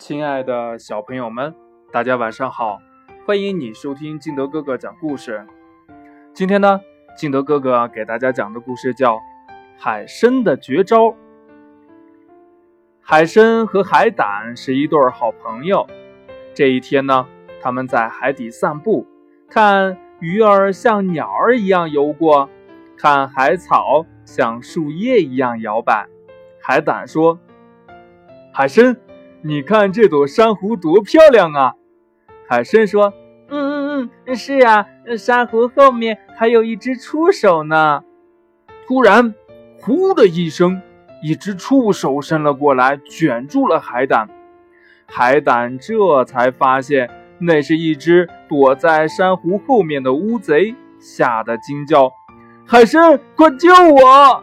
亲爱的小朋友们，大家晚上好，欢迎你收听金德哥哥讲故事。今天呢，金德哥哥给大家讲的故事叫海参的绝招。海参和海胆是一对好朋友。这一天呢，他们在海底散步，看鱼儿像鸟儿一样游过，看海草像树叶一样摇摆。海胆说：海参，你看这朵珊瑚多漂亮啊！海参说：是呀，珊瑚后面还有一只触手呢。突然，呼的一声，一只触手伸了过来，卷住了海胆。海胆这才发现，那是一只躲在珊瑚后面的乌贼，吓得惊叫：海参，快救我！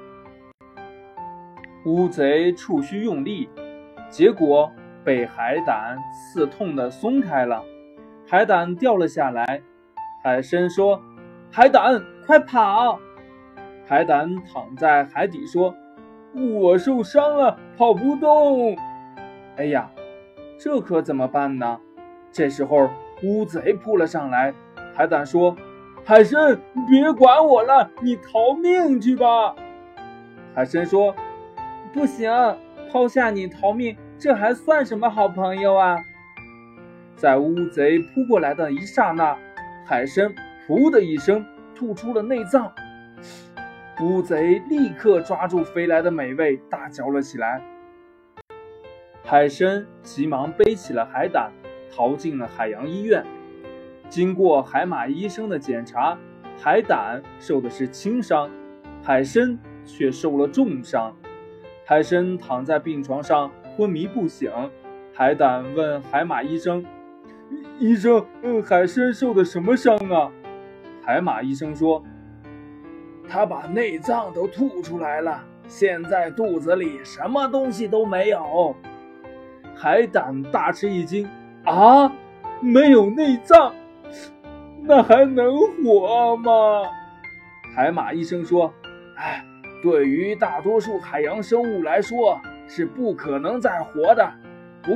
乌贼触须用力，结果被海胆刺痛的松开了，海胆掉了下来。海参说：海胆，快跑！海胆躺在海底说：我受伤了，跑不动。哎呀，这可怎么办呢？这时候乌贼扑了上来，海胆说：海参，别管我了，你逃命去吧。海参说：不行，抛下你逃命，这还算什么好朋友啊？在乌贼扑过来的一刹那，海参噗的一声吐出了内脏。乌贼立刻抓住飞来的美味，大嚼了起来。海参急忙背起了海胆，逃进了海洋医院。经过海马医生的检查，海胆受的是轻伤，海参却受了重伤。海参躺在病床上昏迷不醒，海胆问海马医生：医生，海参受的什么伤啊？海马医生说：他把内脏都吐出来了，现在肚子里什么东西都没有。海胆大吃一惊：啊，没有内脏，那还能活吗？海马医生说：对于大多数海洋生物来说，是不可能再活的。不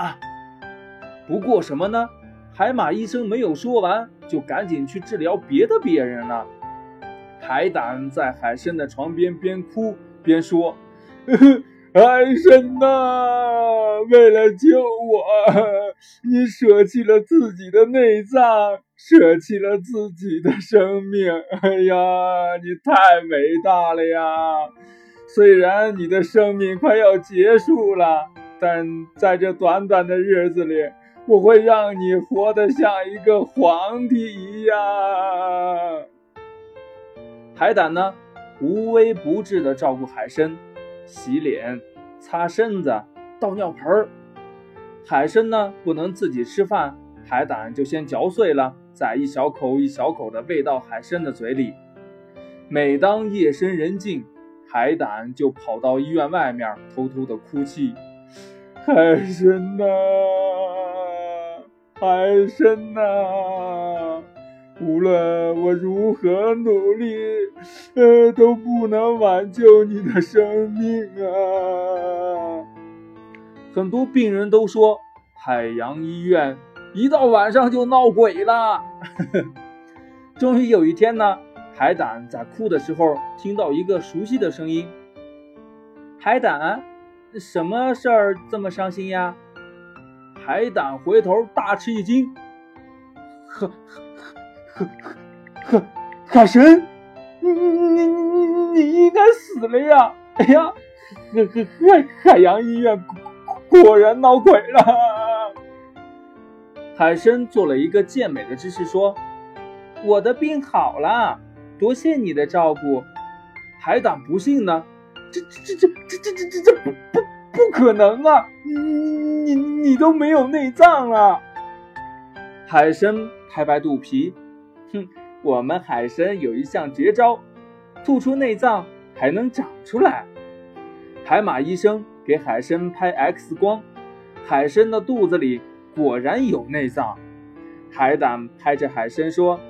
过什么呢？海马医生没有说完，就赶紧去治疗别的别人了。海胆在海参的床边边哭边说：海参啊，为了救我，你舍弃了自己的内脏，舍弃了自己的生命。哎呀，你太伟大了呀！虽然你的生命快要结束了，但在这短短的日子里，我会让你活得像一个皇帝一样。海胆呢，无微不至地照顾海参，洗脸、擦身子、倒尿盆。海参呢，不能自己吃饭，海胆就先嚼碎了，再一小口一小口地喂到海参的嘴里。每当夜深人静，海胆就跑到医院外面偷偷地哭泣：海参啊，海参啊，无论我如何努力，都不能挽救你的生命啊！很多病人都说，海洋医院一到晚上就闹鬼了。终于有一天呢，海胆在哭的时候听到一个熟悉的声音：海胆，什么事儿这么伤心呀？海胆回头大吃一惊：海参，你应该死了呀！哎呀，海洋医院果然闹鬼了。海参做了一个健美的姿势说：我的病好了，多谢你的照顾。海胆不信呢：这不可能啊！你都没有内脏啊！海参拍拍肚皮：我们海参有一项绝招，吐出内脏还能长出来。海马医生给海参拍 X 光，海参的肚子里果然有内脏。海胆拍着海参说：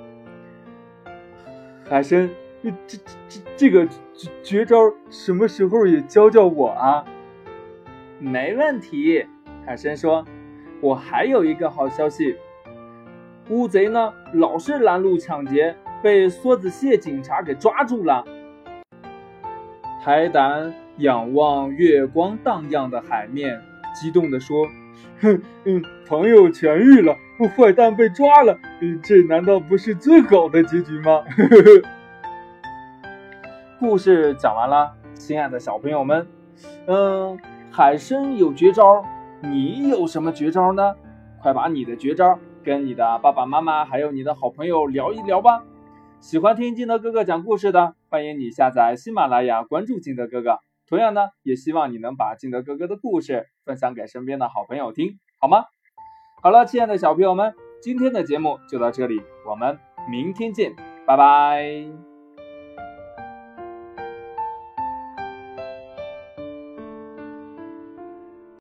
海参，这个绝招什么时候也教教我啊？没问题，海参说： 我还有一个好消息，乌贼呢老是拦路抢劫，被梭子蟹警察给抓住了。海胆仰望月光荡漾的海面，激动地说：朋友痊愈了，坏蛋被抓了，这难道不是最好的结局吗？故事讲完了，亲爱的小朋友们，海参有绝招，你有什么绝招呢？快把你的绝招跟你的爸爸妈妈还有你的好朋友聊一聊吧。喜欢听金德哥哥讲故事的，欢迎你下载喜马拉雅，关注金德哥哥。同样呢，也希望你能把金德哥哥的故事分享给身边的好朋友听，好吗？好了，亲爱的小朋友们，今天的节目就到这里，我们明天见，拜拜。